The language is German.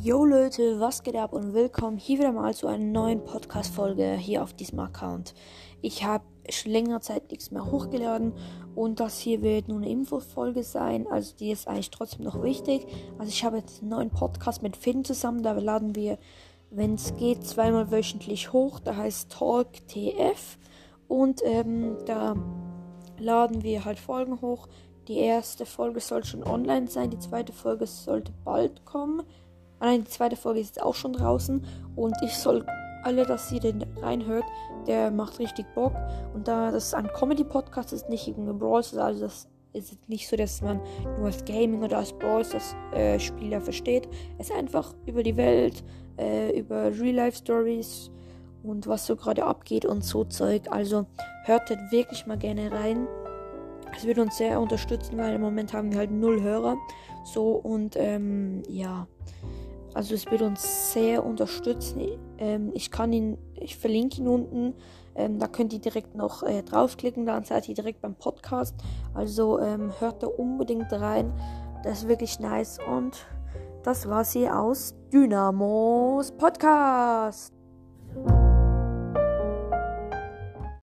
Yo Leute, was geht ab und willkommen hier wieder mal zu einer neuen Podcast-Folge hier auf diesem Account. Ich habe schon längere Zeit nichts mehr hochgeladen und das hier wird nur eine Infofolge sein, also die ist eigentlich trotzdem noch wichtig. Also ich habe jetzt einen neuen Podcast mit Finn zusammen, da laden wir, wenn es geht, zweimal wöchentlich hoch, der heißt Talk TF und da laden wir halt Folgen hoch. Die erste Folge soll schon online sein, die zweite Folge sollte bald kommen. Nein, die zweite Folge ist jetzt auch schon draußen und ich soll alle, dass ihr den reinhört, der macht richtig Bock. Und da das ein Comedy-Podcast ist, nicht irgendein Brawl, also das ist jetzt nicht so, dass man nur als Gaming oder als Brawl das Spieler versteht. Es ist einfach über die Welt, über Real-Life-Stories und was so gerade abgeht und so Zeug. Also hört wirklich mal gerne rein. Es wird uns sehr unterstützen, weil im Moment haben wir halt 0 Hörer. So und ja. Also es wird uns sehr unterstützen. Ich verlinke ihn unten. Da könnt ihr direkt noch draufklicken. Dann seid ihr direkt beim Podcast. Also hört da unbedingt rein. Das ist wirklich nice. Und das war's hier aus Dynamos Podcast.